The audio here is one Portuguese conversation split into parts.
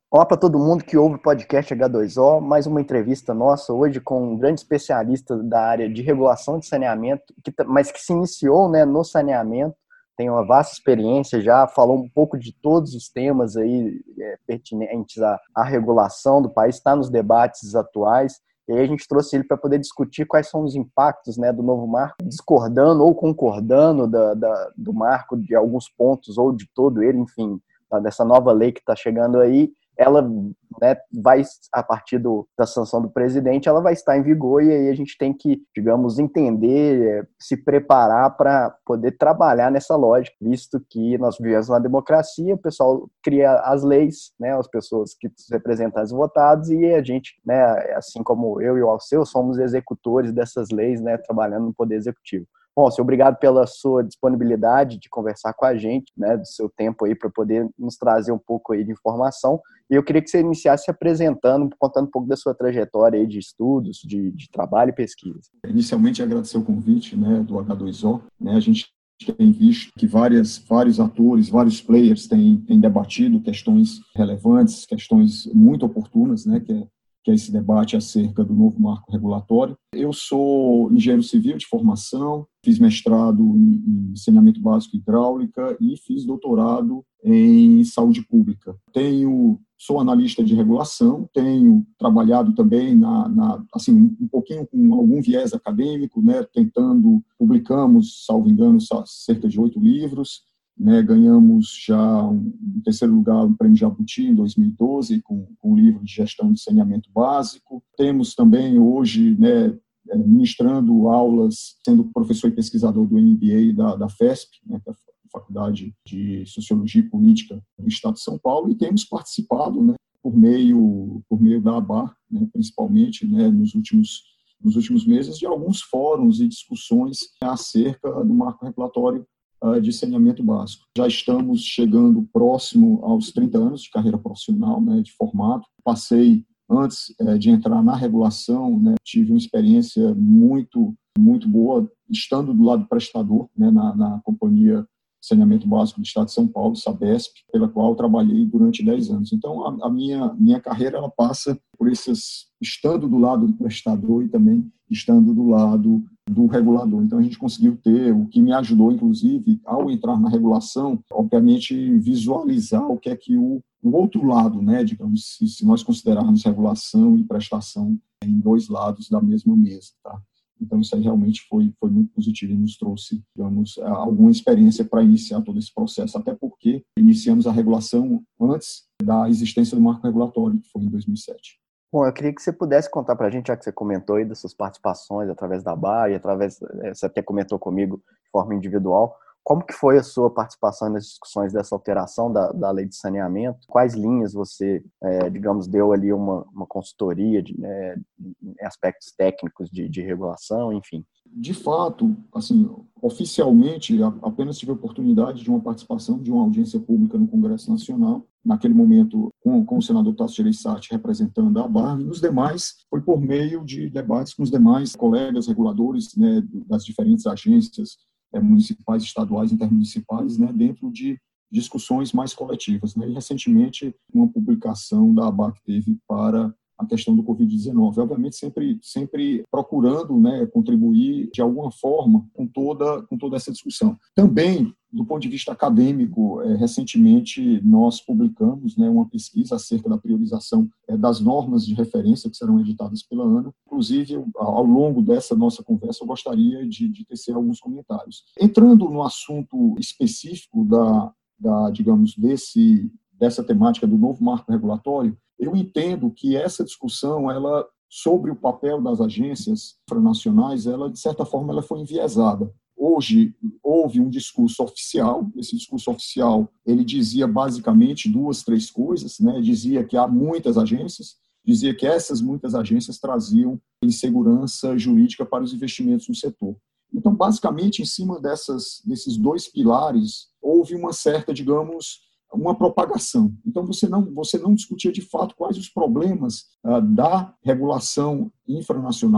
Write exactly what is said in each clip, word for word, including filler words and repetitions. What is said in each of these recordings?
Olá para todo mundo que ouve o podcast H dois O, mais uma entrevista nossa hoje com um grande especialista da área de regulação de saneamento, que, mas que se iniciou, né, no saneamento, tem uma vasta experiência já, falou um pouco de todos os temas aí é, pertinentes à, à regulação do país, está nos debates atuais, e aí a gente trouxe ele para poder discutir quais são os impactos, né, do novo marco, discordando ou concordando da, da, do marco de alguns pontos ou de todo ele, enfim, dessa nova lei que está chegando aí. Ela, né, vai, a partir do, da sanção do presidente, ela vai estar em vigor e aí a gente tem que, digamos, entender, se preparar para poder trabalhar nessa lógica, visto que nós vivemos na democracia, o pessoal cria as leis, né, as pessoas que são representantes votados e a gente, né, assim como eu e o Alceu, somos executores dessas leis, né, trabalhando no Poder Executivo. Bom, senhor, obrigado pela sua disponibilidade de conversar com a gente, né, do seu tempo aí para poder nos trazer um pouco aí de informação. E eu queria que você iniciasse se apresentando, contando um pouco da sua trajetória aí de estudos, de, de trabalho e pesquisa. Inicialmente, agradecer o convite, né, do H dois O. Né, a gente tem visto que várias, vários atores, vários players têm, têm debatido questões relevantes, questões muito oportunas, né, que é que é esse debate acerca do novo marco regulatório. Eu sou engenheiro civil de formação, fiz mestrado em saneamento básico e hidráulica e fiz doutorado em saúde pública. Tenho, sou analista de regulação, tenho trabalhado também na, na assim, um pouquinho com algum viés acadêmico, né, tentando, publicamos, salvo engano, cerca de oito livros. Né, ganhamos já um, em terceiro lugar o Prêmio Jabuti em dois mil e doze com, com o livro de gestão de saneamento básico. Temos também hoje, né, ministrando aulas, sendo professor e pesquisador do M B A da, da FESP, né, que é a Faculdade de Sociologia e Política do Estado de São Paulo, e temos participado, né, por meio por meio da ABAR, né, principalmente, né, nos últimos nos últimos meses, de alguns fóruns e discussões acerca do marco regulatório de saneamento básico. Já estamos chegando próximo aos trinta anos de carreira profissional, né, de formado. Passei, antes é, de entrar na regulação, né, tive uma experiência muito, muito boa, estando do lado prestador, né, na, na Companhia de Saneamento Básico do Estado de São Paulo, Sabesp, pela qual trabalhei durante dez anos. Então, a, a minha, minha carreira ela passa por esses, estando do lado do prestador e também estando do lado do regulador. Então, a gente conseguiu ter, o que me ajudou, inclusive, ao entrar na regulação, obviamente, visualizar o que é que o, o outro lado, né, digamos, se, se nós considerarmos regulação e prestação em dois lados da mesma mesa, tá? Então, isso aí realmente foi, foi muito positivo e nos trouxe, digamos, alguma experiência para iniciar todo esse processo, até porque iniciamos a regulação antes da existência do marco regulatório, que foi em dois mil e sete. Bom, eu queria que você pudesse contar para a gente, já que você comentou aí das suas participações através da ABAR e através, você até comentou comigo de forma individual, como que foi a sua participação nas discussões dessa alteração da, da lei de saneamento? Quais linhas você, é, digamos, deu ali uma, uma consultoria de, né, em aspectos técnicos de, de regulação, enfim? De fato, assim, oficialmente, apenas tive a oportunidade de uma participação de uma audiência pública no Congresso Nacional, naquele momento com, com o senador Tasso Gereissati representando a ABAR, e nos demais foi por meio de debates com os demais colegas reguladores, né, das diferentes agências é, municipais, estaduais, intermunicipais, né, dentro de discussões mais coletivas. Né, e recentemente, uma publicação da ABAR que teve para a questão do covid dezenove, obviamente sempre, sempre procurando, né, contribuir de alguma forma com toda, com toda essa discussão. Também, do ponto de vista acadêmico, é, recentemente nós publicamos, né, uma pesquisa acerca da priorização é, das normas de referência que serão editadas pela ANA. Inclusive, ao longo dessa nossa conversa, eu gostaria de, de tecer alguns comentários. Entrando no assunto específico da, da digamos, desse, dessa temática do novo marco regulatório, eu entendo que essa discussão, ela, sobre o papel das agências supranacionais, ela, de certa forma, ela foi enviesada. Hoje, houve um discurso oficial, esse discurso oficial, ele dizia basicamente duas, três coisas, né? Dizia que há muitas agências, dizia que essas muitas agências traziam insegurança jurídica para os investimentos no setor. Então, basicamente, em cima dessas, desses dois pilares, houve uma certa, digamos, uma propagação. Então, você não, você não discutia de fato quais os problemas ah, da regulação infranacional,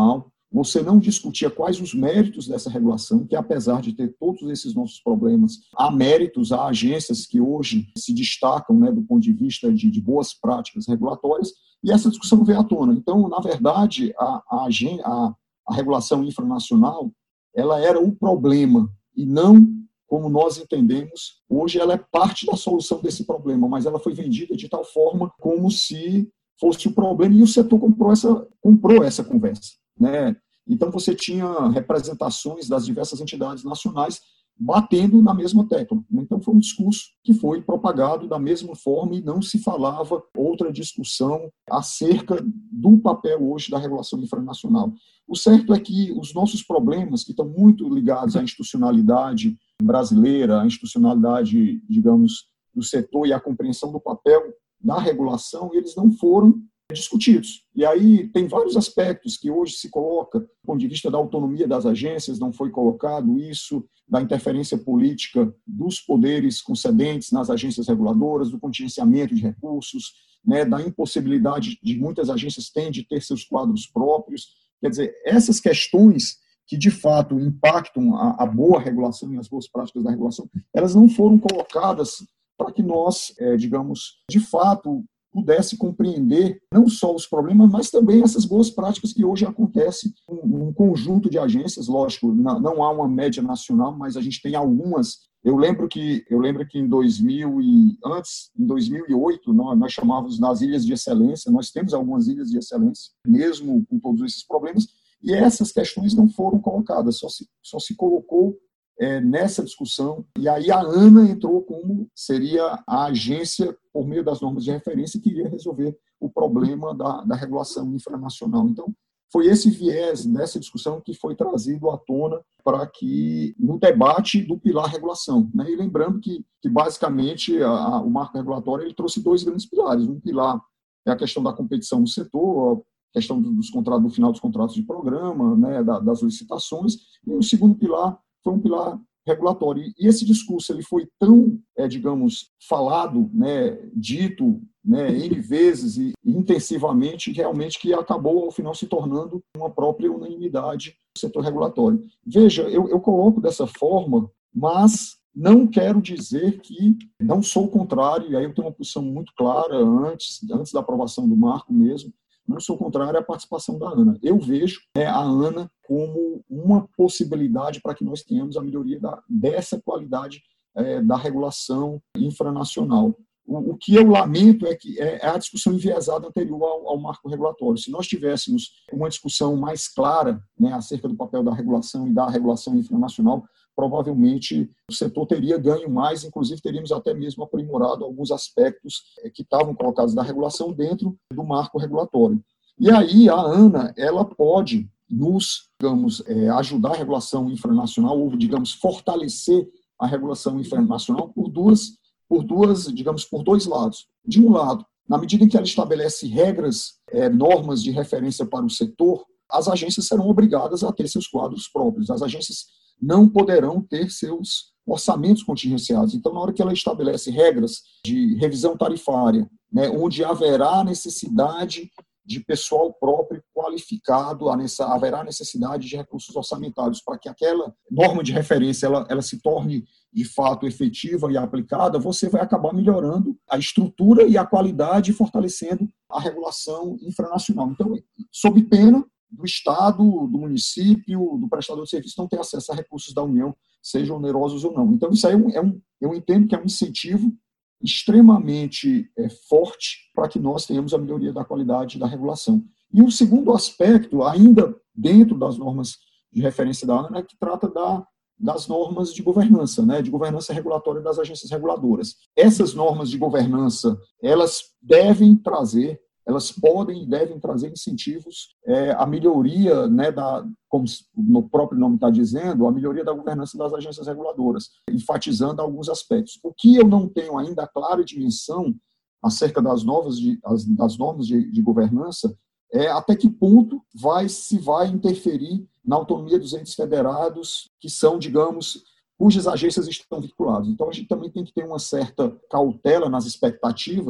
você não discutia quais os méritos dessa regulação, que apesar de ter todos esses nossos problemas, há méritos, há agências que hoje se destacam, né, do ponto de vista de, de boas práticas regulatórias, e essa discussão veio à tona. Então, na verdade, a, a, a, a regulação infranacional, ela era o problema, e não, como nós entendemos, hoje ela é parte da solução desse problema, mas ela foi vendida de tal forma como se fosse o problema, e o setor comprou essa, comprou essa conversa, né? Então, você tinha representações das diversas entidades nacionais batendo na mesma tecla. Então, foi um discurso que foi propagado da mesma forma e não se falava outra discussão acerca do papel hoje da regulação infranacional. O certo é que os nossos problemas, que estão muito ligados à institucionalidade brasileira, à institucionalidade, digamos, do setor e à compreensão do papel da regulação, eles não foram discutidos. E aí tem vários aspectos que hoje se coloca, do ponto de vista da autonomia das agências, não foi colocado isso, da interferência política dos poderes concedentes nas agências reguladoras, do contingenciamento de recursos, né, da impossibilidade de muitas agências terem de ter seus quadros próprios. Quer dizer, essas questões que de fato impactam a, a boa regulação e as boas práticas da regulação, elas não foram colocadas para que nós, é, digamos, de fato, pudesse compreender não só os problemas, mas também essas boas práticas que hoje acontecem em um conjunto de agências. Lógico, não há uma média nacional, mas a gente tem algumas. Eu lembro que eu lembro que em dois mil e antes, em dois mil e oito, nós, nós chamávamos nas ilhas de excelência. Nós temos algumas ilhas de excelência, mesmo com todos esses problemas, e essas questões não foram colocadas. Só se só se colocou É, nessa discussão, e aí a ANA entrou como seria a agência, por meio das normas de referência, que iria resolver o problema da, da regulação infranacional. Então, foi esse viés dessa discussão que foi trazido à tona para que, no debate do pilar regulação, né? E lembrando que, que basicamente, a, a, o marco regulatório ele trouxe dois grandes pilares. Um pilar é a questão da competição no setor, a questão dos contratos, do final dos contratos de programa, né, da, das licitações, e o segundo pilar foi um pilar regulatório. E esse discurso ele foi tão, é, digamos, falado, né, dito, né, N vezes e intensivamente, realmente, que acabou, ao final, se tornando uma própria unanimidade do setor regulatório. Veja, eu, eu coloco dessa forma, mas não quero dizer que não sou contrário, e aí eu tenho uma posição muito clara antes, antes da aprovação do marco mesmo, não sou contrário à participação da ANA. Eu vejo, né, a ANA como uma possibilidade para que nós tenhamos a melhoria da, dessa qualidade é, da regulação infranacional. O, o que eu lamento é que é, é a discussão enviesada anterior ao, ao marco regulatório. Se nós tivéssemos uma discussão mais clara, né, acerca do papel da regulação e da regulação infranacional, provavelmente o setor teria ganho mais, inclusive teríamos até mesmo aprimorado alguns aspectos que estavam colocados na regulação dentro do marco regulatório. E aí a ANA, ela pode nos, digamos, é, ajudar a regulação infranacional ou, digamos, fortalecer a regulação infranacional por duas, por duas, digamos, por dois lados. De um lado, na medida em que ela estabelece regras, é, normas de referência para o setor, as agências serão obrigadas a ter seus quadros próprios. As agências não poderão ter seus orçamentos contingenciados. Então, na hora que ela estabelece regras de revisão tarifária, né, onde haverá necessidade de pessoal próprio qualificado, haverá necessidade de recursos orçamentários para que aquela norma de referência ela, ela se torne, de fato, efetiva e aplicada, você vai acabar melhorando a estrutura e a qualidade e fortalecendo a regulação infranacional. Então, sob pena do Estado, do município, do prestador de serviço não ter acesso a recursos da União, sejam onerosos ou não. Então, isso aí é um, é um, eu entendo que é um incentivo extremamente é, forte para que nós tenhamos a melhoria da qualidade da regulação. E o segundo aspecto, ainda dentro das normas de referência da ANA, é que trata da, das normas de governança, né, de governança regulatória das agências reguladoras. Essas normas de governança, elas devem trazer elas podem e devem trazer incentivos é, à melhoria, né, da, como o próprio nome está dizendo, a melhoria da governança das agências reguladoras, enfatizando alguns aspectos. O que eu não tenho ainda clara dimensão acerca das, novas de, as, das normas de, de governança é até que ponto vai, se vai interferir na autonomia dos entes federados, que são, digamos, cujas agências estão vinculadas. Então, a gente também tem que ter uma certa cautela nas expectativas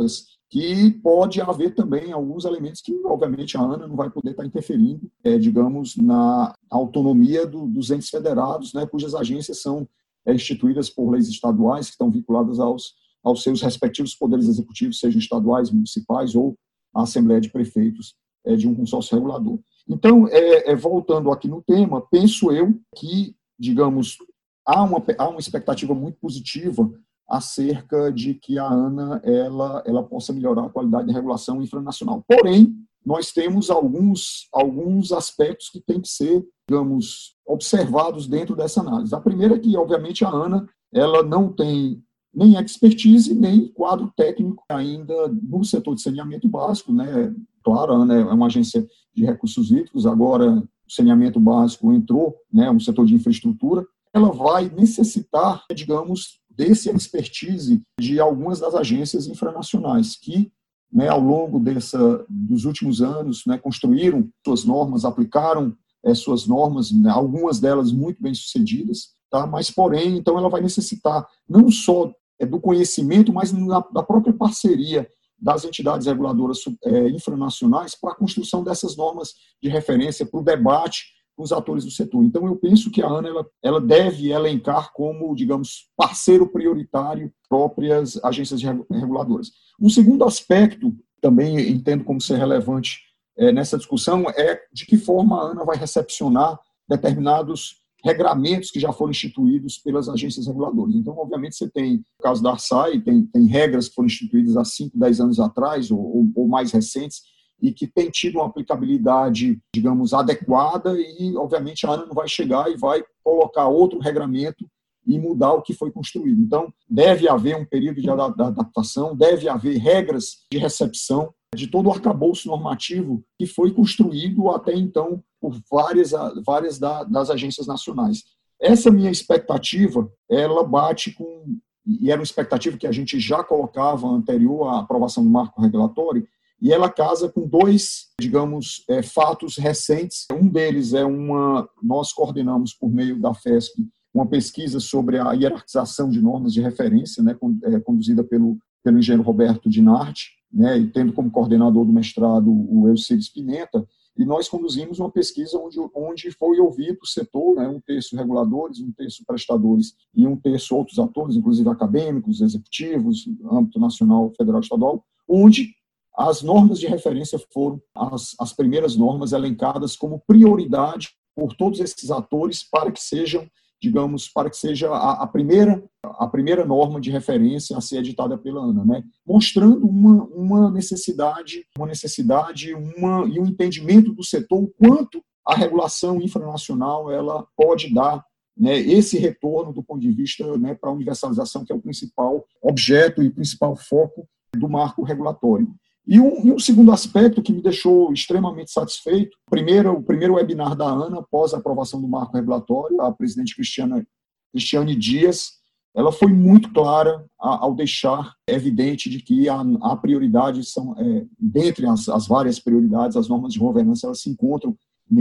que pode haver também alguns elementos que, obviamente, a ANA não vai poder estar interferindo, é, digamos, na autonomia do, dos entes federados, né, cujas agências são é, instituídas por leis estaduais, que estão vinculadas aos, aos seus respectivos poderes executivos, sejam estaduais, municipais ou a Assembleia de Prefeitos é, de um consórcio regulador. Então, é, é, voltando aqui no tema, penso eu que, digamos, há uma, há uma expectativa muito positiva acerca de que a ANA ela, ela possa melhorar a qualidade de regulação infranacional. Porém, nós temos alguns, alguns aspectos que têm que ser, digamos, observados dentro dessa análise. A primeira é que, obviamente, a ANA ela não tem nem expertise, nem quadro técnico ainda no setor de saneamento básico, né? Claro, a ANA é uma agência de recursos hídricos, agora o saneamento básico entrou, né, um setor de infraestrutura, ela vai necessitar, digamos, desse expertise de algumas das agências infranacionais que, né, ao longo dessa, dos últimos anos, né, construíram suas normas, aplicaram é, suas normas, né, algumas delas muito bem sucedidas, tá? Mas, porém, então ela vai necessitar não só é, do conhecimento, mas na, da própria parceria das entidades reguladoras é, infranacionais para a construção dessas normas de referência, para o debate com os atores do setor. Então, eu penso que a ANA ela, ela deve elencar como, digamos, parceiro prioritário próprias agências reguladoras. Um segundo aspecto, também entendo como ser relevante é, nessa discussão, é de que forma a ANA vai recepcionar determinados regramentos que já foram instituídos pelas agências reguladoras. Então, obviamente, você tem, no caso da Arsai, tem, tem regras que foram instituídas há cinco, dez anos atrás, ou, ou, ou mais recentes, e que tem tido uma aplicabilidade, digamos, adequada, e, obviamente, a ANA não vai chegar e vai colocar outro regramento e mudar o que foi construído. Então, deve haver um período de adaptação, deve haver regras de recepção de todo o arcabouço normativo que foi construído até então por várias, várias das agências nacionais. Essa minha expectativa, ela bate com, e era uma expectativa que a gente já colocava anterior à aprovação do marco regulatório, e ela casa com dois, digamos, é, fatos recentes. Um deles é uma, nós coordenamos por meio da FESP uma pesquisa sobre a hierarquização de normas de referência, né, conduzida pelo, pelo engenheiro Roberto Dinardi, né, e tendo como coordenador do mestrado o Elcides Pimenta, e nós conduzimos uma pesquisa onde, onde foi ouvido o setor, né, um terço reguladores, um terço prestadores e um terço outros atores, inclusive acadêmicos, executivos, âmbito nacional, federal e estadual, onde as normas de referência foram as, as primeiras normas elencadas como prioridade por todos esses atores para que sejam, digamos, para que seja a, a, primeira, a primeira norma de referência a ser editada pela ANA, né? Mostrando uma, uma necessidade, uma necessidade uma, e um entendimento do setor, o quanto a regulação infranacional ela pode dar, né, esse retorno do ponto de vista, né, para a universalização, que é o principal objeto e principal foco do marco regulatório. E um, e um segundo aspecto que me deixou extremamente satisfeito, primeiro, o primeiro webinar da ANA, após a aprovação do marco regulatório, a presidente Cristiana, Cristiane Dias, ela foi muito clara ao deixar evidente de que a, a prioridade são, é, dentre as, as várias prioridades, as normas de governança, elas se encontram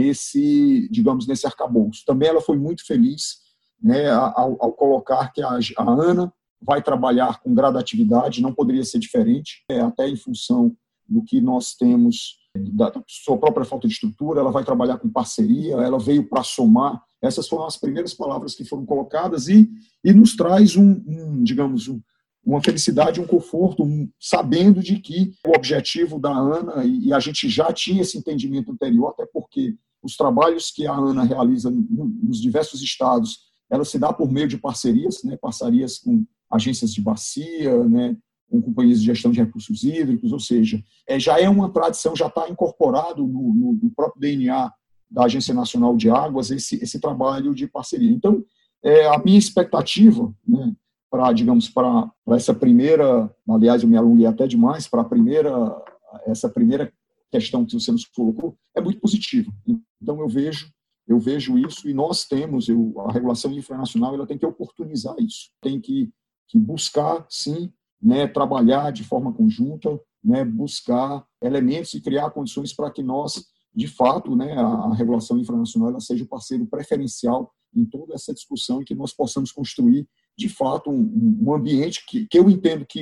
nesse, digamos, nesse arcabouço. Também ela foi muito feliz, né, ao, ao colocar que a, a ANA vai trabalhar com gradatividade, não poderia ser diferente, é, até em função do que nós temos, da sua própria falta de estrutura, ela vai trabalhar com parceria, ela veio para somar. Essas foram as primeiras palavras que foram colocadas e, e nos traz, um, um digamos, um, uma felicidade, um conforto, um, sabendo de que o objetivo da ANA, e, e a gente já tinha esse entendimento anterior, até porque os trabalhos que a ANA realiza nos diversos estados, ela se dá por meio de parcerias, né, parcerias com agências de bacia, né, com companhias de gestão de recursos hídricos, ou seja, é, já é uma tradição, já está incorporado no, no, no próprio D N A da Agência Nacional de Águas esse, esse trabalho de parceria. Então, é, a minha expectativa, né, para, digamos, para essa primeira, aliás, eu me alonguei até demais, para a primeira, essa primeira questão que você nos colocou, é muito positiva. Então, eu vejo Eu vejo isso e nós temos, eu, a regulação infranacional ela tem que oportunizar isso, tem que, que buscar, sim, né, trabalhar de forma conjunta, né, buscar elementos e criar condições para que nós, de fato, né, a, a regulação infranacional ela seja o parceiro preferencial em toda essa discussão e que nós possamos construir, de fato, um, um ambiente que, que eu entendo que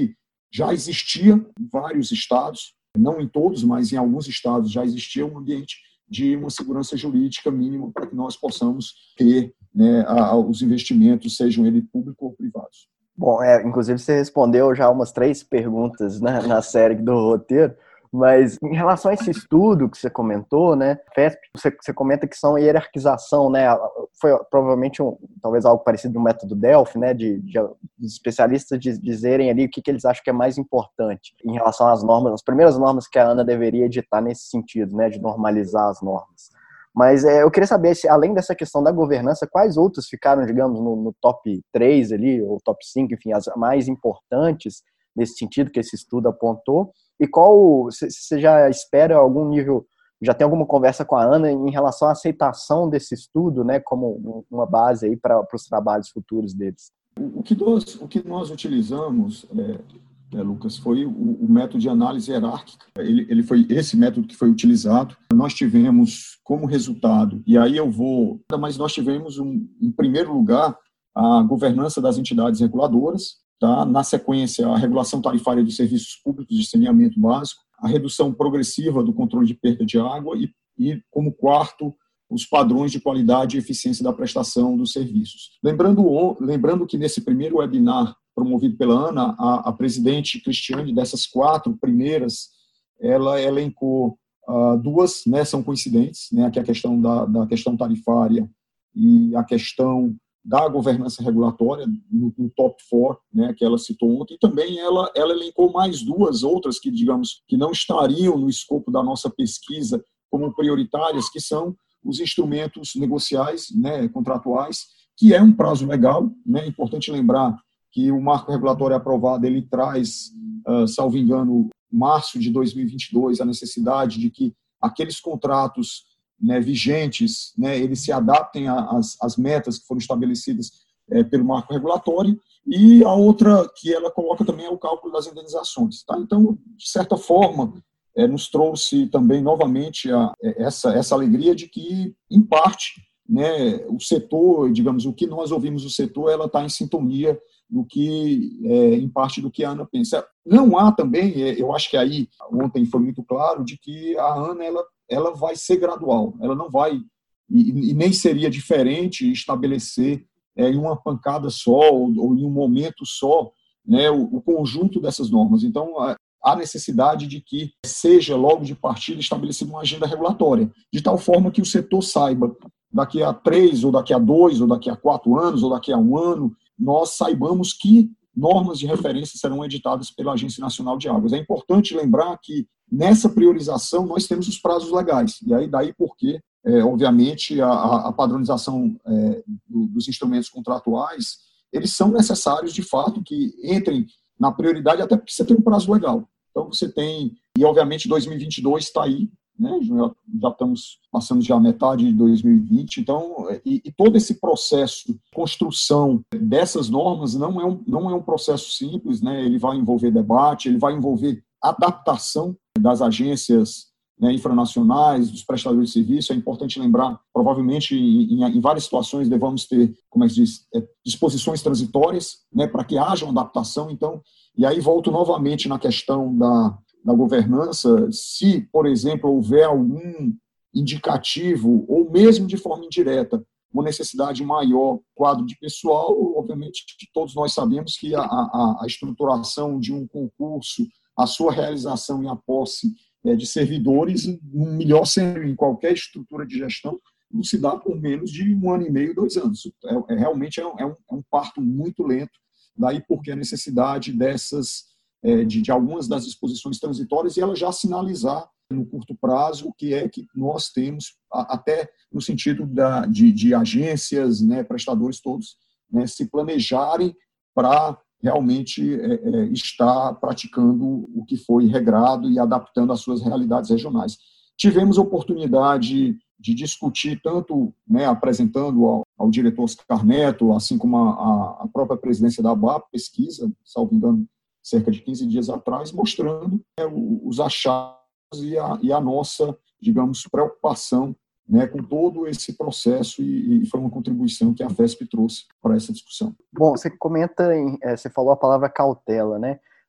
Já existia em vários estados, não em todos, mas em alguns estados já existia um ambiente de uma segurança jurídica mínima para que nós possamos ter, né, a, a, os investimentos, sejam eles públicos ou privados. Bom, é, inclusive você respondeu já umas três perguntas, né, na série do roteiro, mas em relação a esse estudo que você comentou, né, FESP, você, você comenta que são hierarquização, né, foi provavelmente um, talvez algo parecido no método Delphi, né, de, de, de especialistas de, dizerem ali o que, que eles acham que é mais importante em relação às normas, as primeiras normas que a ANA deveria editar nesse sentido, né, de normalizar as normas. Mas é, eu queria saber, se, além dessa questão da governança, quais outros ficaram, digamos, no, no top três ali, ou top cinco, enfim, as mais importantes nesse sentido que esse estudo apontou, e qual, você já espera algum nível, já tem alguma conversa com a ANA em relação à aceitação desse estudo, né, como uma base aí para os trabalhos futuros deles? O que nós, o que nós utilizamos, é, é, Lucas, foi o, o método de análise hierárquica. Ele, ele foi esse método que foi utilizado. Nós tivemos como resultado, e aí eu vou, mas nós tivemos, um, em primeiro lugar, a governança das entidades reguladoras, tá? Na sequência, a regulação tarifária dos serviços públicos de saneamento básico, a redução progressiva do controle de perda de água e, e como quarto, os padrões de qualidade e eficiência da prestação dos serviços. Lembrando, lembrando que nesse primeiro webinar promovido pela ANA, a, a presidente Cristiane, dessas quatro primeiras, ela elencou uh, duas, né, são coincidentes, né, que é a questão da, da questão tarifária e a questão da governança regulatória, no, no top quatro, né, que ela citou ontem, e também ela, ela elencou mais duas outras que, digamos, que não estariam no escopo da nossa pesquisa como prioritárias, que são os instrumentos negociais, né, contratuais, que é um prazo legal, né, é importante lembrar que o marco regulatório aprovado, ele traz, uh, salvo engano, março de dois mil e vinte e dois, a necessidade de que aqueles contratos, né, vigentes, né, eles se adaptem às, às metas que foram estabelecidas é, pelo marco regulatório, e a outra que ela coloca também é o cálculo das indenizações. Tá? Então, de certa forma, é, nos trouxe também novamente a, essa, essa alegria de que, em parte, né, o setor, digamos, o que nós ouvimos do setor, ela está em sintonia do que, é, em parte, do que a ANA pensa. Não há também, eu acho que aí, ontem foi muito claro, de que a ANA, ela, ela vai ser gradual, ela não vai, e, e nem seria diferente estabelecer é, em uma pancada só, ou, ou em um momento só, né, o, o conjunto dessas normas. Então, há necessidade de que seja, logo de partida, estabelecida uma agenda regulatória, de tal forma que o setor saiba, daqui a três, ou daqui a dois, ou daqui a quatro anos, ou daqui a um ano, nós saibamos que normas de referência serão editadas pela Agência Nacional de Águas. É importante lembrar que, nessa priorização, nós temos os prazos legais, e aí daí porque, é, obviamente, a, a padronização é, do, dos instrumentos contratuais, eles são necessários, de fato, que entrem na prioridade, até porque você tem um prazo legal. Então, você tem, e obviamente dois mil e vinte e dois está aí, né? já, já estamos passando já a metade de dois mil e vinte, então, e, e todo esse processo de construção dessas normas não é um, não é um processo simples, né? Ele vai envolver debate, ele vai envolver adaptação das agências, né, infranacionais, dos prestadores de serviço. É importante lembrar, provavelmente, em, em, em várias situações, devamos ter, como é que se diz, é, disposições transitórias, né, para que haja uma adaptação. Então, e aí volto novamente na questão da, da governança. Se, por exemplo, houver algum indicativo, ou mesmo de forma indireta, uma necessidade maior, quadro de pessoal, obviamente, todos nós sabemos que a, a, a estruturação de um concurso, a sua realização e a posse de servidores, no melhor cenário, em qualquer estrutura de gestão, não se dá por menos de um ano e meio, dois anos. É, é realmente é um, é, um, é um parto muito lento, daí porque a necessidade dessas, é, de, de algumas das disposições transitórias, e ela já sinalizar no curto prazo o que é que nós temos, a, até no sentido da, de, de agências, né, prestadores todos, né, se planejarem para realmente é, é, está praticando o que foi regrado e adaptando às suas realidades regionais. Tivemos oportunidade de discutir, tanto, né, apresentando ao, ao diretor Oscar Neto, assim como a, a própria presidência da ABAP, pesquisa, salvo engano, cerca de quinze dias atrás, mostrando, né, os achados e a, e a nossa, digamos, preocupação, né, com todo esse processo, e, e foi uma contribuição que a FESP trouxe para essa discussão. Bom, você comenta, em, é, você falou a palavra cautela, né?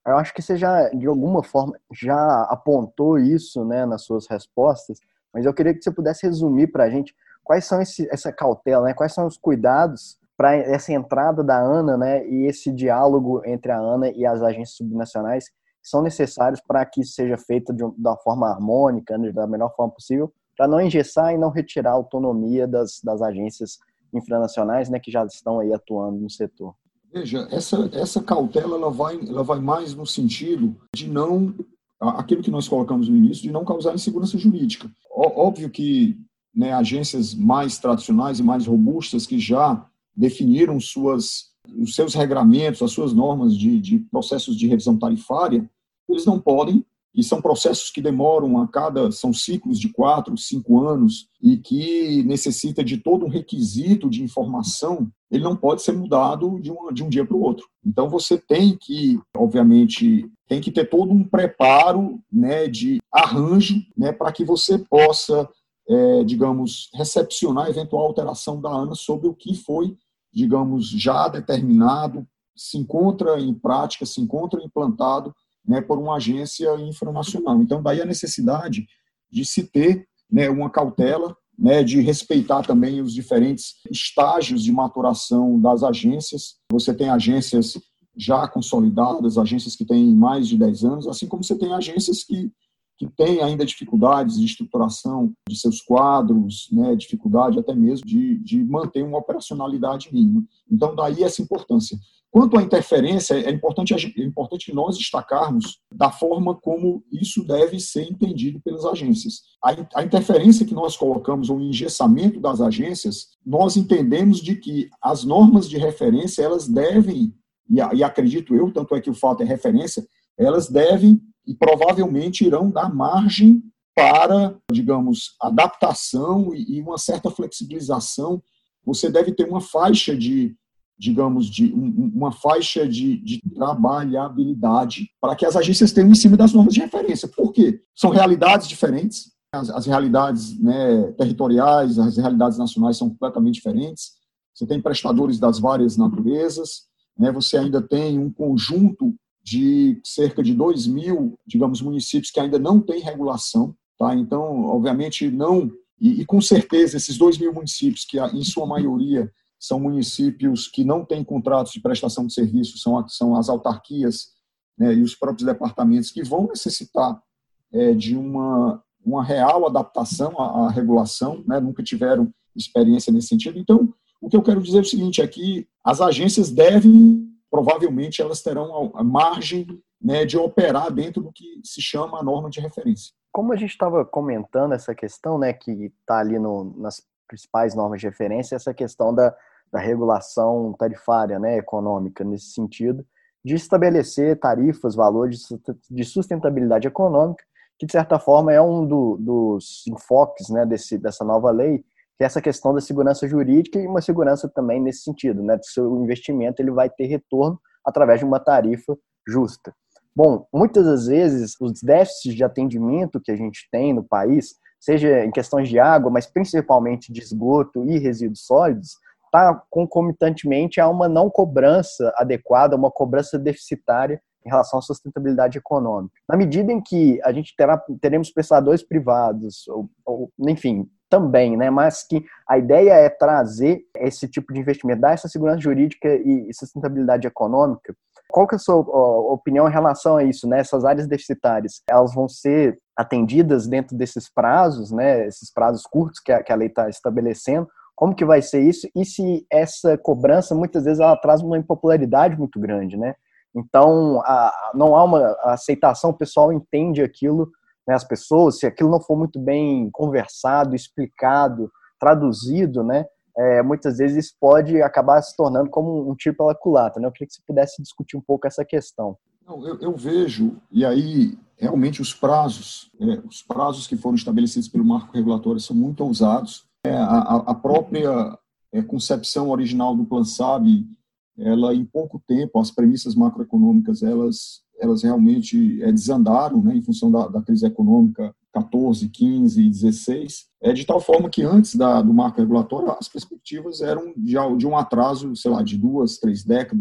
Eu acho que você já, de alguma forma, já apontou isso, né, nas suas respostas, mas eu queria que você pudesse resumir para a gente quais são esse, essa cautela, né, quais são os cuidados para essa entrada da ANA, né, e esse diálogo entre a ANA e as agências subnacionais que são necessários para que isso seja feito de uma forma harmônica, né, da melhor forma possível, para não engessar e não retirar a autonomia das, das agências infranacionais, né, que já estão aí atuando no setor. Veja, essa, essa cautela ela vai, ela vai mais no sentido de não, aquilo que nós colocamos no início, de não causar insegurança jurídica. Óbvio que, né, agências mais tradicionais e mais robustas que já definiram suas, os seus regramentos, as suas normas de, de processos de revisão tarifária, eles não podem, e são processos que demoram a cada, são ciclos de quatro, cinco anos, e que necessita de todo um requisito de informação, ele não pode ser mudado de um, de um dia para o outro. Então, você tem que, obviamente, tem que ter todo um preparo, né, de arranjo, né, para que você possa, é, digamos, recepcionar eventual alteração da ANA sobre o que foi, digamos, já determinado, se encontra em prática, se encontra implantado, né, por uma agência infranacional. Então, daí a necessidade de se ter, né, uma cautela, né, de respeitar também os diferentes estágios de maturação das agências. Você tem agências já consolidadas, agências que têm mais de dez anos, assim como você tem agências que, que têm ainda dificuldades de estruturação de seus quadros, né, dificuldade até mesmo de, de manter uma operacionalidade mínima. Então, daí essa importância. Quanto à interferência, é importante, é importante nós destacarmos da forma como isso deve ser entendido pelas agências. A, a interferência que nós colocamos, ou o engessamento das agências, nós entendemos de que as normas de referência, elas devem, e, e acredito eu, tanto é que o fato é referência, elas devem e provavelmente irão dar margem para, digamos, adaptação e, e uma certa flexibilização. Você deve ter uma faixa de digamos, de um, uma faixa de, de trabalhabilidade para que as agências tenham em cima das normas de referência. Por quê? São realidades diferentes, as, as realidades, né, territoriais, as realidades nacionais são completamente diferentes, você tem prestadores das várias naturezas, né, você ainda tem um conjunto de cerca de dois mil, digamos, municípios que ainda não têm regulação, tá? Então, obviamente, não, e, e com certeza esses dois mil municípios, que em sua maioria são municípios que não têm contratos de prestação de serviços, são, são as autarquias, né, e os próprios departamentos que vão necessitar é, de uma, uma real adaptação à, à regulação, né, nunca tiveram experiência nesse sentido. Então, o que eu quero dizer é o seguinte, é que as agências devem, provavelmente, elas terão a margem, né, de operar dentro do que se chama a norma de referência. Como a gente estava comentando essa questão, né, que está ali no, nas principais normas de referência, essa questão da, da regulação tarifária, né, econômica, nesse sentido, de estabelecer tarifas, valores de sustentabilidade econômica, que, de certa forma, é um do, dos enfoques, né, desse, dessa nova lei, que é essa questão da segurança jurídica e uma segurança também nesse sentido, né, do seu investimento ele vai ter retorno através de uma tarifa justa. Bom, muitas das vezes, os déficits de atendimento que a gente tem no país, seja em questões de água, mas principalmente de esgoto e resíduos sólidos, está concomitantemente a uma não cobrança adequada, uma cobrança deficitária em relação à sustentabilidade econômica. Na medida em que a gente terá, teremos prestadores privados, ou, ou, enfim, também, né, mas que a ideia é trazer esse tipo de investimento, dar essa segurança jurídica e sustentabilidade econômica. Qual que é a sua opinião em relação a isso, né? Essas áreas deficitárias, elas vão ser atendidas dentro desses prazos, né? Esses prazos curtos que a, que a lei está estabelecendo. Como que vai ser isso? E se essa cobrança, muitas vezes, ela traz uma impopularidade muito grande, né? Então, a, não há uma aceitação, o pessoal entende aquilo, né? As pessoas, se aquilo não for muito bem conversado, explicado, traduzido, né? É, muitas vezes isso pode acabar se tornando como um tiro pela culatra, né? Eu queria que você pudesse discutir um pouco essa questão. Não, eu, eu vejo, e aí realmente os prazos, é, os prazos que foram estabelecidos pelo marco regulatório são muito ousados. É, a, a própria é, concepção original do Plan S A B, ela em pouco tempo, as premissas macroeconômicas, elas, elas realmente é, desandaram, né, em função da, da crise econômica catorze, quinze e dezesseis, é de tal forma que antes da, do marco regulatório as perspectivas eram de, de um atraso, sei lá, de duas, três décadas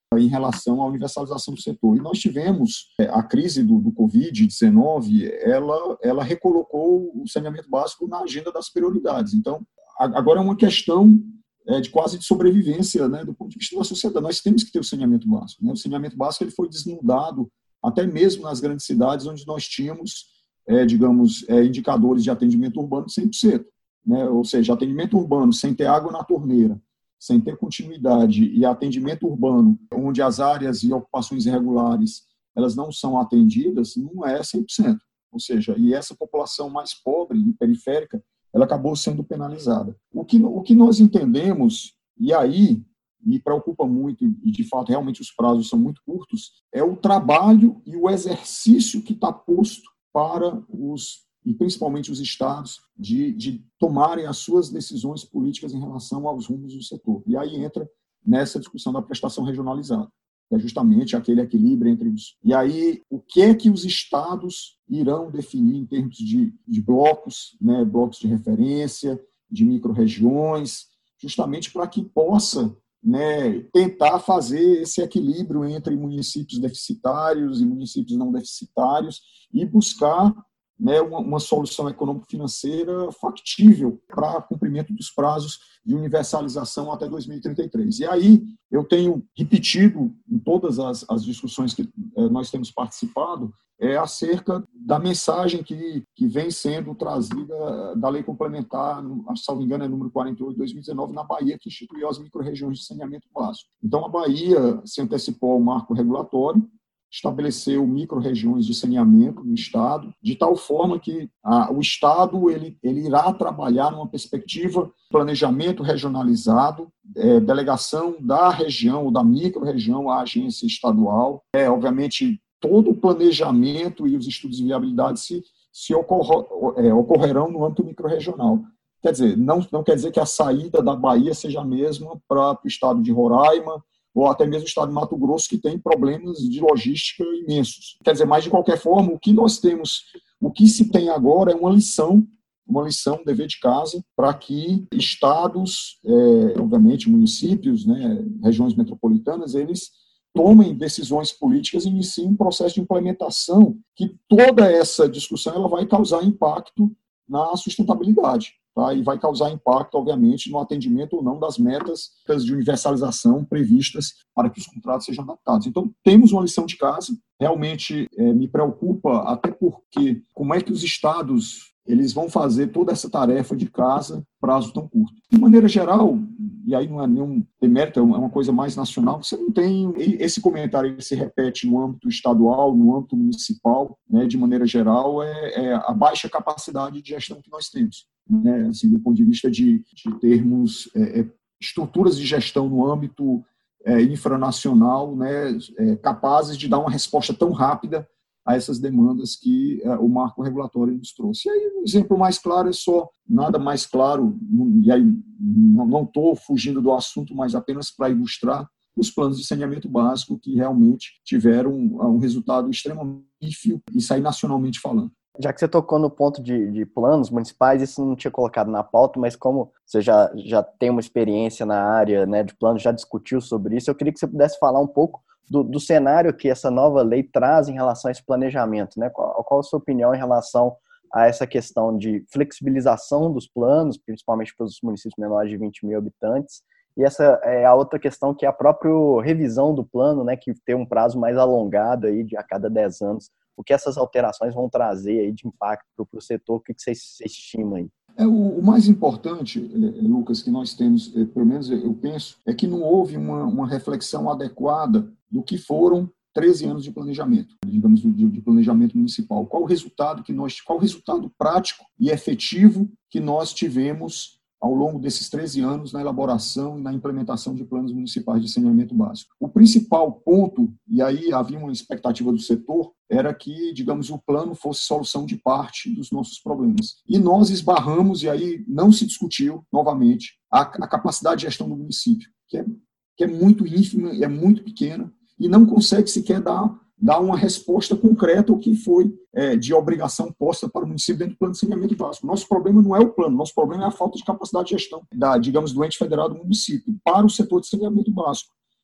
em relação à universalização do setor. E nós tivemos a crise do, do covid dezenove, ela, ela recolocou o saneamento básico na agenda das prioridades. Então, agora é uma questão é, de quase de sobrevivência, né, do ponto de vista da sociedade. Nós temos que ter o saneamento básico. Né? O saneamento básico ele foi desnudado até mesmo nas grandes cidades, onde nós tínhamos, é, digamos, é, indicadores de atendimento urbano cem por cento. Né? Ou seja, atendimento urbano sem ter água na torneira, sem ter continuidade, e atendimento urbano, onde as áreas e ocupações irregulares elas não são atendidas, não é cem por cento. Ou seja, e essa população mais pobre e periférica, ela acabou sendo penalizada. O que, o que nós entendemos, e aí me preocupa muito, e de fato realmente os prazos são muito curtos, é o trabalho e o exercício que está posto para os, e principalmente os estados, de, de tomarem as suas decisões políticas em relação aos rumos do setor. E aí entra nessa discussão da prestação regionalizada, que é justamente aquele equilíbrio entre os... E aí, o que é que os estados irão definir em termos de, de blocos, né, blocos de referência, de micro-regiões, justamente para que possa, né, tentar fazer esse equilíbrio entre municípios deficitários e municípios não deficitários e buscar, né, uma, uma solução econômico-financeira factível para cumprimento dos prazos de universalização até dois mil e trinta e três. E aí eu tenho repetido em todas as, as discussões que eh, nós temos participado é acerca da mensagem que, que vem sendo trazida da lei complementar, se não me engano é número quarenta e oito de dois mil e dezenove, na Bahia, que instituiu as micro-regiões de saneamento básico. Então a Bahia se antecipou ao marco regulatório, estabeleceu micro-regiões de saneamento no Estado, de tal forma que a, o Estado ele, ele irá trabalhar numa perspectiva de planejamento regionalizado, é, delegação da região ou da micro-região à agência estadual. É, obviamente, todo o planejamento e os estudos de viabilidade se, se ocorro, é, ocorrerão no âmbito micro-regional. Quer dizer, não, não quer dizer que a saída da Bahia seja a mesma para o Estado de Roraima, ou até mesmo o estado de Mato Grosso, que tem problemas de logística imensos. Quer dizer, mas de qualquer forma, o que nós temos, o que se tem agora é uma lição, uma lição, um dever de casa, para que estados, é, obviamente municípios, né, regiões metropolitanas, eles tomem decisões políticas e iniciem um processo de implementação que toda essa discussão ela vai causar impacto na sustentabilidade. Tá? E vai causar impacto, obviamente, no atendimento ou não das metas de universalização previstas para que os contratos sejam adaptados. Então, temos uma lição de casa, realmente é, me preocupa, até porque como é que os estados eles vão fazer toda essa tarefa de casa prazo tão curto. De maneira geral, e aí não é nenhum demérito, é uma coisa mais nacional, você não tem... Esse comentário ele se repete no âmbito estadual, no âmbito municipal, né, de maneira geral, é, é a baixa capacidade de gestão que nós temos. Né, assim, do ponto de vista de, de termos é, estruturas de gestão no âmbito é, infranacional, né, é, capazes de dar uma resposta tão rápida a essas demandas que é, o marco regulatório nos trouxe. E aí, um exemplo mais claro é só, nada mais claro, e aí não estou fugindo do assunto, mas apenas para ilustrar os planos de saneamento básico que realmente tiveram um, um resultado extremamente pífio, isso aí nacionalmente falando. Já que você tocou no ponto de, de planos municipais, isso não tinha colocado na pauta, mas como você já, já tem uma experiência na área, né, de planos, já discutiu sobre isso, eu queria que você pudesse falar um pouco do, do cenário que essa nova lei traz em relação a esse planejamento, né? Qual, qual a sua opinião em relação a essa questão de flexibilização dos planos, principalmente para os municípios menores de vinte mil habitantes, e essa é a outra questão que é a própria revisão do plano, né, que tem um prazo mais alongado aí de a cada dez anos. O que essas alterações vão trazer aí de impacto para o setor? O que você estima aí? É, o, o mais importante, Lucas, que nós temos, pelo menos eu penso, é que não houve uma, uma reflexão adequada do que foram treze anos de planejamento, digamos, de, de planejamento municipal. Qual o resultado que nós, qual o resultado prático e efetivo que nós tivemos ao longo desses treze anos na elaboração e na implementação de planos municipais de saneamento básico. O principal ponto, e aí havia uma expectativa do setor, era que, digamos, o plano fosse solução de parte dos nossos problemas. E nós esbarramos, e aí não se discutiu, novamente, a, a capacidade de gestão do município, que é, que é muito ínfima, é muito pequena, e não consegue sequer dar... dar uma resposta concreta ao que foi é, de obrigação posta para o município dentro do plano de saneamento básico. Nosso problema não é o plano, nosso problema é a falta de capacidade de gestão, da, digamos, do ente federado do município para o setor de saneamento básico.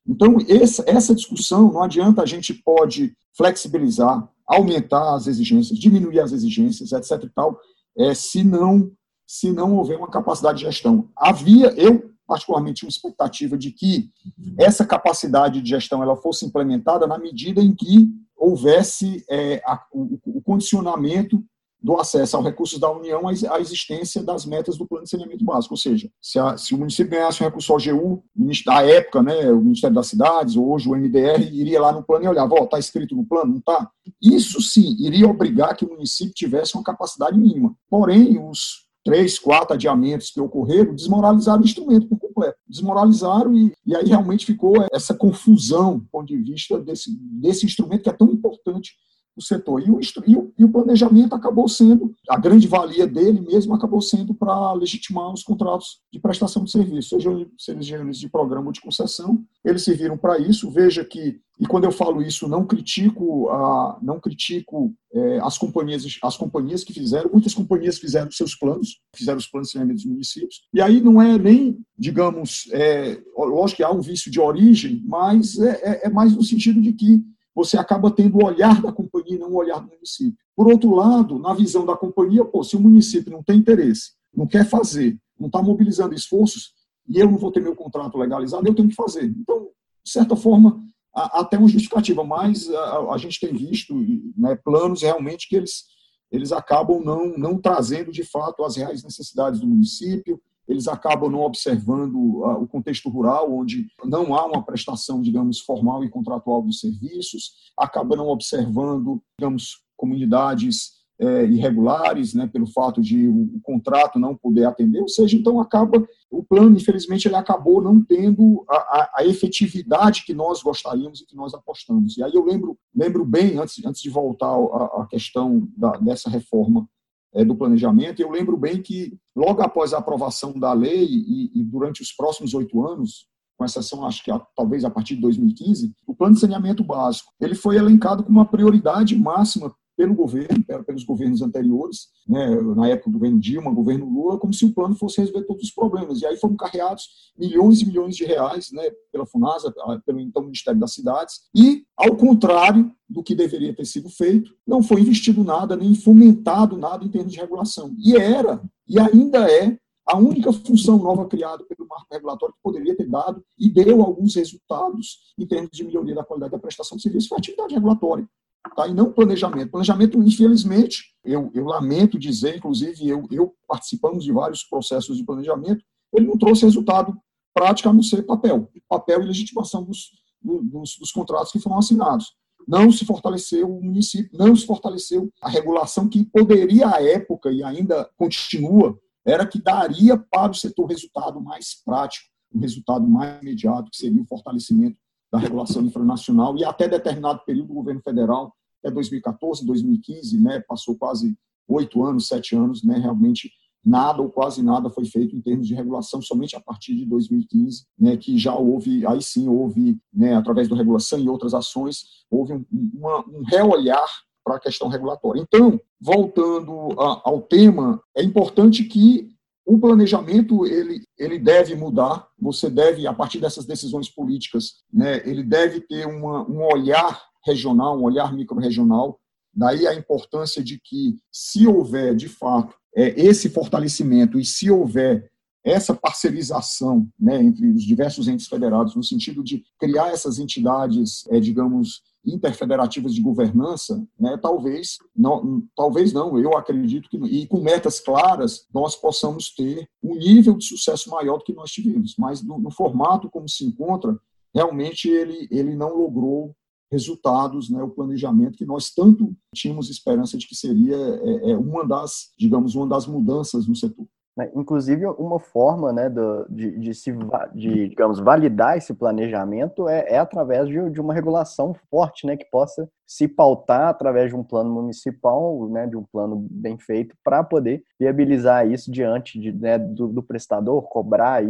Então, essa, essa discussão, não adianta, a gente pode flexibilizar, aumentar as exigências, diminuir as exigências, etc e tal, é, se não, se não houver uma capacidade de gestão. Havia, eu particularmente, uma expectativa de que essa capacidade de gestão ela fosse implementada na medida em que houvesse é, a, o, o condicionamento do acesso aos recursos da União à existência das metas do Plano de Saneamento Básico. Ou seja, se, a, se o município ganhasse um recurso ao G U, da época, né, o Ministério das Cidades, hoje o M D R, iria lá no plano e olhava, ó, está escrito no plano? Não está? Isso sim, iria obrigar que o município tivesse uma capacidade mínima. Porém, os três, quatro adiamentos que ocorreram desmoralizaram o instrumento por completo. Desmoralizaram e, e aí realmente ficou essa confusão do ponto de vista desse, desse instrumento que é tão importante o setor. E o, e, o, e o planejamento acabou sendo, a grande valia dele mesmo acabou sendo para legitimar os contratos de prestação de serviço, seja eles de programa ou de concessão, eles serviram para isso. Veja que, e quando eu falo isso, não critico, a, não critico é, as, companhias, as companhias que fizeram, muitas companhias fizeram seus planos, fizeram os planos de saneamento dos municípios, e aí não é nem, digamos, é, lógico que há um vício de origem, mas é, é, é mais no sentido de que você acaba tendo o olhar da companhia e não o olhar do município. Por outro lado, na visão da companhia, pô, se o município não tem interesse, não quer fazer, não está mobilizando esforços, e eu não vou ter meu contrato legalizado, eu tenho que fazer. Então, de certa forma, há até uma justificativa, mas a, a gente tem visto, né, planos realmente que eles, eles acabam não, não trazendo, de fato, as reais necessidades do município, eles acabam não observando uh, o contexto rural, onde não há uma prestação, digamos, formal e contratual dos serviços, acaba não observando, digamos, comunidades eh, irregulares, né, pelo fato de o, o contrato não poder atender, ou seja, então acaba, o plano, infelizmente, ele acabou não tendo a, a, a efetividade que nós gostaríamos e que nós apostamos. E aí eu lembro, lembro bem, antes, antes de voltar à, à questão da, dessa reforma do planejamento, eu lembro bem que logo após a aprovação da lei e, e durante os próximos oito anos, com exceção, acho que a, talvez a partir de dois mil e quinze, o plano de saneamento básico, ele foi elencado como uma prioridade máxima pelo governo, pelos governos anteriores, né, na época do governo Dilma, governo Lula, como se o plano fosse resolver todos os problemas. E aí foram carreados milhões e milhões de reais, né, pela FUNASA, pelo então Ministério das Cidades, e, ao contrário do que deveria ter sido feito, não foi investido nada, nem fomentado nada em termos de regulação. E era, e ainda é, a única função nova criada pelo marco regulatório que poderia ter dado e deu alguns resultados em termos de melhoria da qualidade da prestação de serviço foi a atividade regulatória. Tá? E não planejamento. Planejamento, infelizmente, eu, eu lamento dizer, inclusive eu, eu participamos de vários processos de planejamento, ele não trouxe resultado prático a não ser papel. Papel e legitimação dos, dos, dos contratos que foram assinados. Não se fortaleceu o município, não se fortaleceu a regulação que poderia, à época, e ainda continua, era que daria para o setor resultado mais prático, um resultado mais imediato, que seria o fortalecimento da regulação infranacional, e até determinado período do governo federal, até dois mil e quatorze, dois mil e quinze, né, passou quase oito anos, sete anos, né, realmente nada ou quase nada foi feito em termos de regulação, somente a partir de dois mil e quinze, né, que já houve, aí sim houve, né, através da regulação e outras ações, houve um, uma, um reolhar para a questão regulatória. Então, voltando a, ao tema, é importante que o planejamento ele, ele deve mudar, você deve, a partir dessas decisões políticas, né, ele deve ter uma, um olhar regional, um olhar micro-regional, daí a importância de que, se houver, de fato, é, esse fortalecimento e se houver essa parcerização, né, entre os diversos entes federados, no sentido de criar essas entidades, é, digamos, interfederativas de governança, né, talvez, não, talvez não, eu acredito que, e com metas claras, nós possamos ter um nível de sucesso maior do que nós tivemos, mas no, no formato como se encontra, realmente ele, ele não logrou resultados, né, o planejamento que nós tanto tínhamos esperança de que seria é, é uma das, digamos, uma das mudanças no setor. Inclusive, uma forma, né, do, de, de, se, de, digamos, validar esse planejamento é, é através de, de uma regulação forte, né, que possa se pautar através de um plano municipal, né, de um plano bem feito, para poder viabilizar isso diante de, né, do, do prestador, cobrar isso.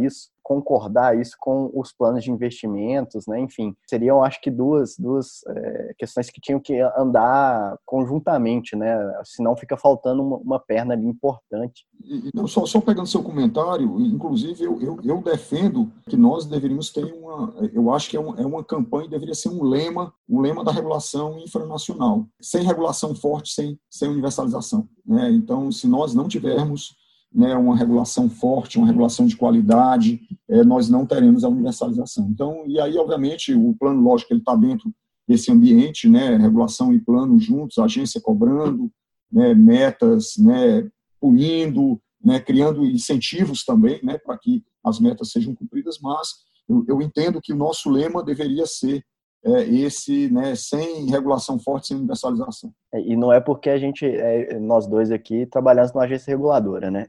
concordar isso com os planos de investimentos, né? Enfim, seriam, acho que, duas, duas é, questões que tinham que andar conjuntamente, né? Senão fica faltando uma, uma perna ali importante. E, não, só, só pegando seu comentário, inclusive eu, eu, eu defendo que nós deveríamos ter uma, eu acho que é, um, é uma campanha, deveria ser um lema, um lema da regulação infranacional. Sem regulação forte, sem, sem universalização, né? Então, se nós não tivermos, né, uma regulação forte, uma regulação de qualidade, é, nós não teremos a universalização. Então, e aí, obviamente, o plano, lógico, ele está dentro desse ambiente, né, regulação e plano juntos, agência cobrando, né, metas, né, punindo, né, criando incentivos também, né, para que as metas sejam cumpridas, mas eu, eu entendo que o nosso lema deveria ser é, esse, né, sem regulação forte, sem universalização. É, e não é porque a gente, é, nós dois aqui, trabalhamos numa agência reguladora, né?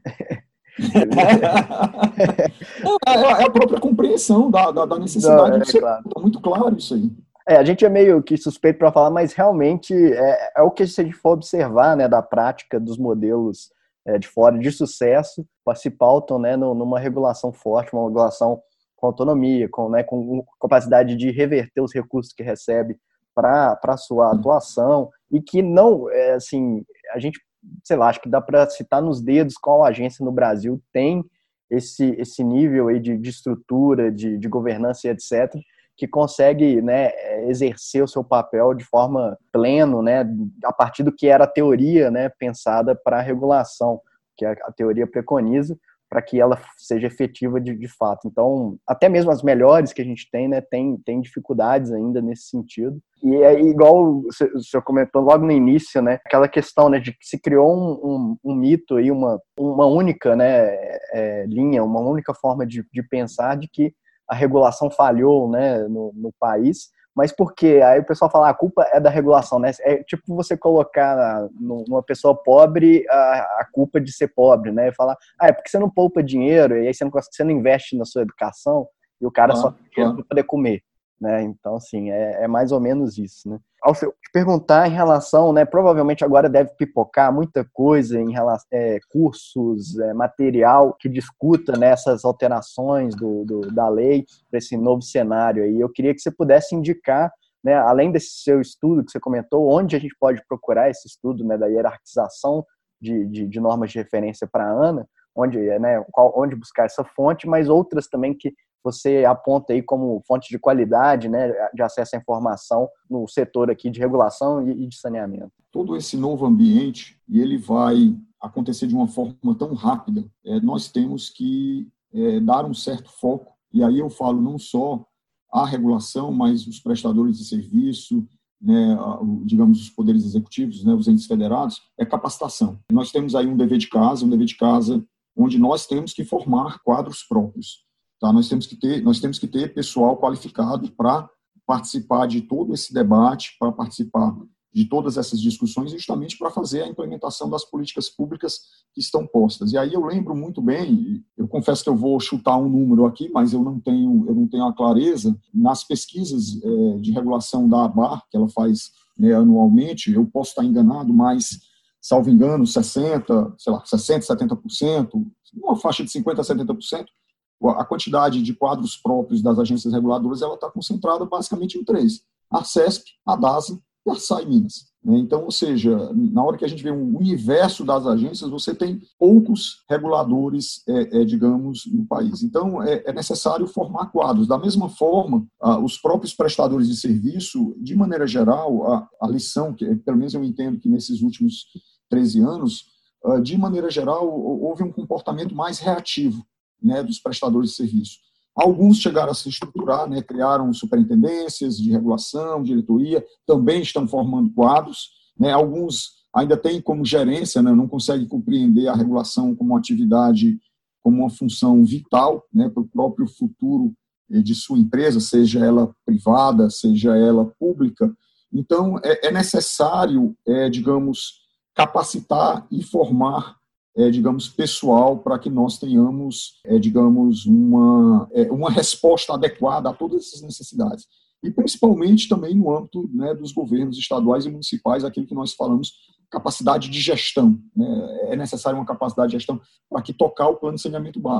é, é a própria compreensão da, da, da necessidade. Não, é, Você, claro. Tá muito claro isso aí. É, a gente é meio que suspeito para falar, mas realmente é, é o que se a gente for observar, né, da prática dos modelos é, de fora de sucesso, se pautam, né, numa regulação forte, uma regulação com autonomia, com, né, com capacidade de reverter os recursos que recebe para a sua atuação, e que não, é, assim, a gente, sei lá, acho que dá para citar nos dedos qual agência no Brasil tem esse, esse nível aí de, de estrutura, de, de governança e etcétera, que consegue, né, exercer o seu papel de forma plena, né, a partir do que era a teoria, né, pensada para a regulação, que a, a teoria preconiza, para que ela seja efetiva de, de fato. Então, até mesmo as melhores que a gente tem, né, tem, tem dificuldades ainda nesse sentido. E é igual o senhor comentou logo no início, né, aquela questão, né, de que se criou um, um, um mito aí, uma, uma única, né, é, linha, uma única forma de, de pensar de que a regulação falhou, né, no, no país. Mas por quê? Aí o pessoal fala, ah, a culpa é da regulação, né? É tipo você colocar numa pessoa pobre a, a culpa de ser pobre, né? Falar, ah, é porque você não poupa dinheiro, e aí você não, você não investe na sua educação, e o cara ah, só tem dinheiro para poder comer, né? Então, assim, é, é mais ou menos isso, né? Ao te perguntar em relação, né, provavelmente agora deve pipocar muita coisa em relação é, cursos, é, material que discuta nessas, né, alterações do, do, da lei para esse novo cenário aí. Eu queria que você pudesse indicar, né, além desse seu estudo que você comentou, onde a gente pode procurar esse estudo, né, da hierarquização de, de, de normas de referência para a ANA, onde, né, qual, onde buscar essa fonte, mas outras também que você aponta aí como fonte de qualidade, né, de acesso à informação no setor aqui de regulação e de saneamento. Todo esse novo ambiente, e ele vai acontecer de uma forma tão rápida, é, nós temos que é, dar um certo foco, e aí eu falo não só a regulação, mas os prestadores de serviço, né, digamos, os poderes executivos, né, os entes federados, é capacitação. Nós temos aí um dever de casa, um dever de casa onde nós temos que formar quadros próprios. Tá? Nós temos que ter, nós temos que ter pessoal qualificado para participar de todo esse debate, para participar de todas essas discussões, justamente para fazer a implementação das políticas públicas que estão postas. E aí eu lembro muito bem, eu confesso que eu vou chutar um número aqui, mas eu não tenho, eu não tenho a clareza, nas pesquisas é, de regulação da ABAR, que ela faz, né, anualmente, eu posso estar enganado, mas, salvo engano, sessenta, sei lá, sessenta, setenta por cento, uma faixa de cinquenta a setenta por cento, a quantidade de quadros próprios das agências reguladoras ela está concentrada basicamente em três: a CESP, a DASA e a SAI Minas. Então, ou seja, na hora que a gente vê um universo das agências, você tem poucos reguladores, é, é, digamos, no país. Então, é, é necessário formar quadros. Da mesma forma, ah, os próprios prestadores de serviço, de maneira geral, a, a lição, que pelo menos eu entendo que nesses últimos treze anos, ah, de maneira geral, houve um comportamento mais reativo, né, dos prestadores de serviço. Alguns chegaram a se estruturar, né, criaram superintendências de regulação, diretoria, também estão formando quadros, né, alguns ainda têm como gerência, né, não conseguem compreender a regulação como uma atividade, como uma função vital, né, para o próprio futuro de sua empresa, seja ela privada, seja ela pública. Então, é, é necessário, é, digamos, capacitar e formar É, digamos, pessoal, para que nós tenhamos, é, digamos, uma, é, uma resposta adequada a todas essas necessidades. E, principalmente, também no âmbito, né, dos governos estaduais e municipais, aquilo que nós falamos, capacidade de gestão. Né? É necessária uma capacidade de gestão para que tocar o plano de saneamento básico.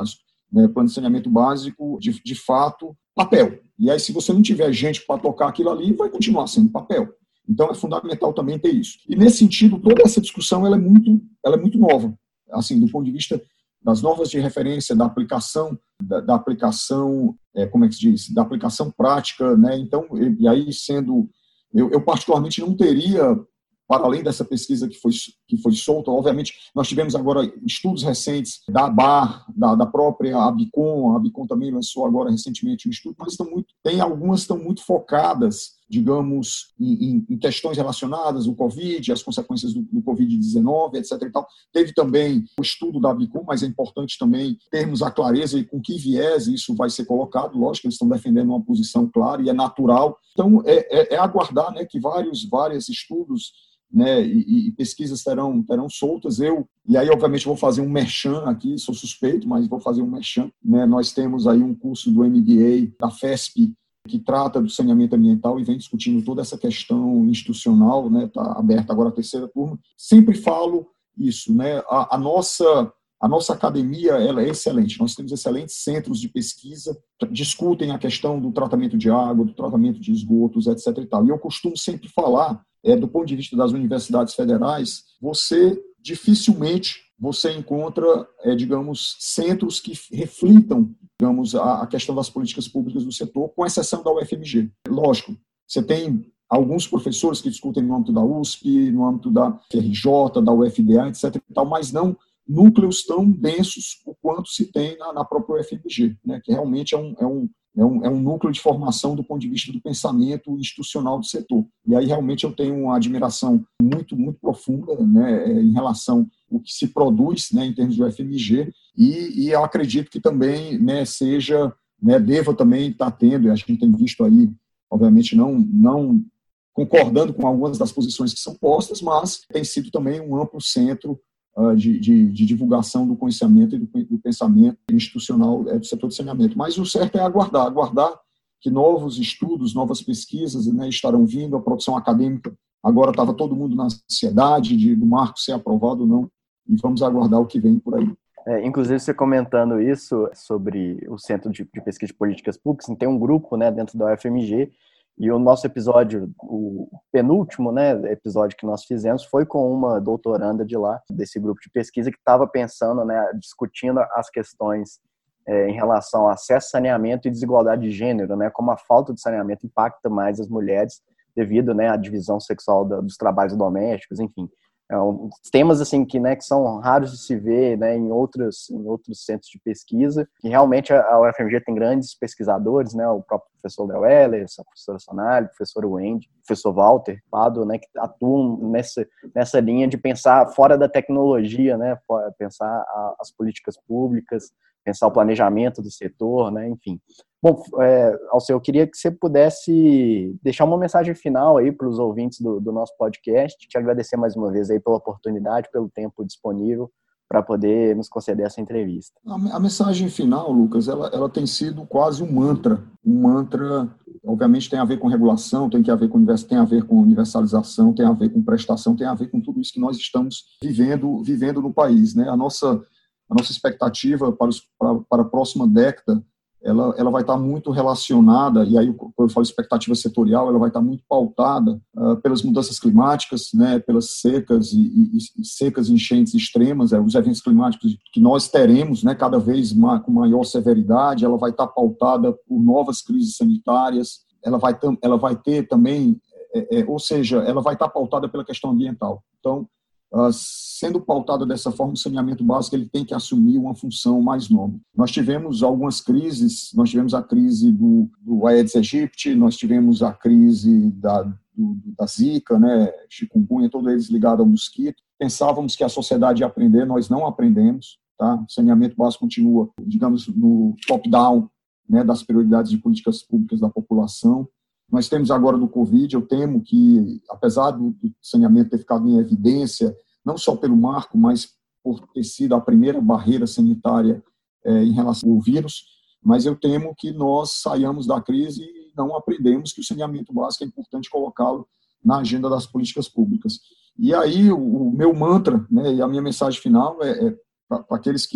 né, plano de saneamento básico, de, de fato, papel. E aí, se você não tiver gente para tocar aquilo ali, vai continuar sendo papel. Então, é fundamental também ter isso. E, nesse sentido, toda essa discussão ela é, muito, ela é muito nova, assim, do ponto de vista das normas de referência, da aplicação, da, da aplicação, é, como é que se diz, da aplicação prática, né? Então, e, e aí, sendo... Eu, eu, particularmente, não teria... Para além dessa pesquisa que foi, que foi solta, obviamente, nós tivemos agora estudos recentes da ABAR, da, da própria Abicom, a Abicom também lançou agora recentemente um estudo, mas estão muito, tem algumas estão muito focadas, digamos, em, em questões relacionadas ao Covid, as consequências do, do covid dezenove, etc. E tal. Teve também o estudo da Abicom, mas é importante também termos a clareza e com que viés isso vai ser colocado. Lógico, eles estão defendendo uma posição clara e é natural. Então, é, é, é aguardar, né, que vários, vários estudos, né, e, e pesquisas terão, terão soltas. Eu, e aí, obviamente, vou fazer um merchan aqui, sou suspeito, mas vou fazer um merchan. Né? Nós temos aí um curso do M B A da FESP, que trata do saneamento ambiental e vem discutindo toda essa questão institucional, né? Está aberta agora a terceira turma. Sempre falo isso, né? A, a nossa... A nossa academia ela é excelente, nós temos excelentes centros de pesquisa, discutem a questão do tratamento de água, do tratamento de esgotos, etc. E, tal. E eu costumo sempre falar, é, do ponto de vista das universidades federais, você dificilmente você encontra, é, digamos, centros que reflitam, digamos, a, a questão das políticas públicas do setor, com exceção da U F M G. Lógico, você tem alguns professores que discutem no âmbito da U S P, no âmbito da F R J, da U F D A, etc. E tal, mas não núcleos tão densos o quanto se tem na, na própria U F M G, né, que realmente é um, é, um, é, um, é um núcleo de formação do ponto de vista do pensamento institucional do setor. E aí realmente eu tenho uma admiração muito, muito profunda, né, em relação ao que se produz, né, em termos de U F M G, e, e eu acredito que também, né, seja, né, deva também estar tendo, e a gente tem visto aí, obviamente não, não concordando com algumas das posições que são postas, mas tem sido também um amplo centro De, de, de divulgação do conhecimento e do, do pensamento institucional é, do setor de saneamento. Mas o certo é aguardar, aguardar que novos estudos, novas pesquisas, né, estarão vindo, a produção acadêmica, agora estava todo mundo na ansiedade de, do marco ser aprovado ou não, e vamos aguardar o que vem por aí. É, inclusive, você comentando isso sobre o Centro de, de Pesquisa de Políticas Públicas, tem um grupo, né, dentro da U F M G, e o nosso episódio, o penúltimo, né, episódio que nós fizemos foi com uma doutoranda de lá, desse grupo de pesquisa, que estava pensando, né, discutindo as questões é, em relação ao acesso, saneamento e desigualdade de gênero, né, como a falta de saneamento impacta mais as mulheres devido, né, à divisão sexual da, dos trabalhos domésticos, enfim. É um, temas assim que, né, que são raros de se ver, né, em outros em outros centros de pesquisa, que realmente a U F M G tem grandes pesquisadores, né, o próprio professor Léo Heller, a professora Sonali, o professor Wendy, o professor Walter Pado, né, que atuam nessa, nessa linha de pensar fora da tecnologia, né, pensar a, as políticas públicas, pensar o planejamento do setor, né, enfim. Bom, é, Alceu, eu queria que você pudesse deixar uma mensagem final aí para os ouvintes do, do nosso podcast, te agradecer mais uma vez aí pela oportunidade, pelo tempo disponível para poder nos conceder essa entrevista. A, a mensagem final, Lucas, ela, ela tem sido quase um mantra, um mantra, obviamente tem a ver com regulação, tem, que a ver com, tem a ver com universalização, tem a ver com prestação, tem a ver com tudo isso que nós estamos vivendo, vivendo no país, né? A nossa, a nossa expectativa para, os, para, para a próxima década, ela, ela vai estar muito relacionada, e aí quando eu falo expectativa setorial, ela vai estar muito pautada uh, pelas mudanças climáticas, né, pelas secas e, e, e secas e enchentes extremas, é, os eventos climáticos que nós teremos, né, cada vez mais, com maior severidade. Ela vai estar pautada por novas crises sanitárias, ela vai, tam, ela vai ter também, é, é, ou seja, ela vai estar pautada pela questão ambiental. Então, Uh, sendo pautado dessa forma, o saneamento básico ele tem que assumir uma função mais nobre. Nós tivemos algumas crises, nós tivemos a crise do, do Aedes aegypti, nós tivemos a crise da, do, da Zika, né, chikungunya, todos eles ligados ao mosquito. Pensávamos que a sociedade ia aprender, nós não aprendemos. Tá? O saneamento básico continua, digamos, no top-down, né, das prioridades de políticas públicas da população. Nós temos agora do Covid, eu temo que, apesar do saneamento ter ficado em evidência, não só pelo marco, mas por ter sido a primeira barreira sanitária é, em relação ao vírus, mas eu temo que nós saiamos da crise e não aprendemos que o saneamento básico é importante colocá-lo na agenda das políticas públicas. E aí o, o meu mantra, né, e a minha mensagem final é, é para aqueles que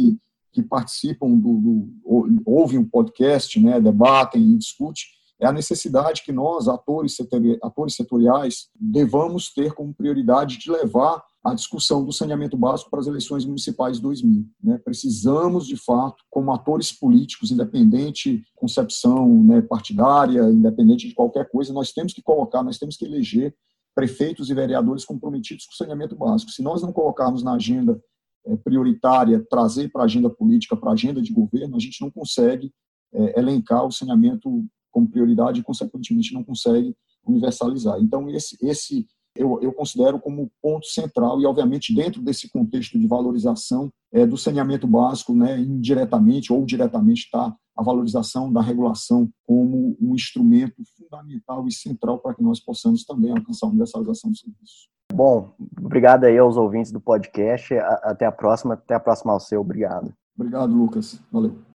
que participam, do, do, ouvem o podcast, né, debatem e discutem, é a necessidade que nós, atores, setori, atores setoriais, devamos ter como prioridade de levar a discussão do saneamento básico para as eleições municipais de dois mil. Né? Precisamos, de fato, como atores políticos, independente de concepção, né, partidária, independente de qualquer coisa, nós temos que colocar, nós temos que eleger prefeitos e vereadores comprometidos com o saneamento básico. Se nós não colocarmos na agenda é, prioritária, trazer para a agenda política, para a agenda de governo, a gente não consegue é, elencar o saneamento como prioridade e, consequentemente, não consegue universalizar. Então, esse, esse eu, eu considero como ponto central e, obviamente, dentro desse contexto de valorização é, do saneamento básico, né, indiretamente ou diretamente, está a valorização da regulação como um instrumento fundamental e central para que nós possamos também alcançar a universalização do serviço. Bom, obrigado aí aos ouvintes do podcast. Até a próxima, até a próxima ao seu. Obrigado. Obrigado, Lucas. Valeu.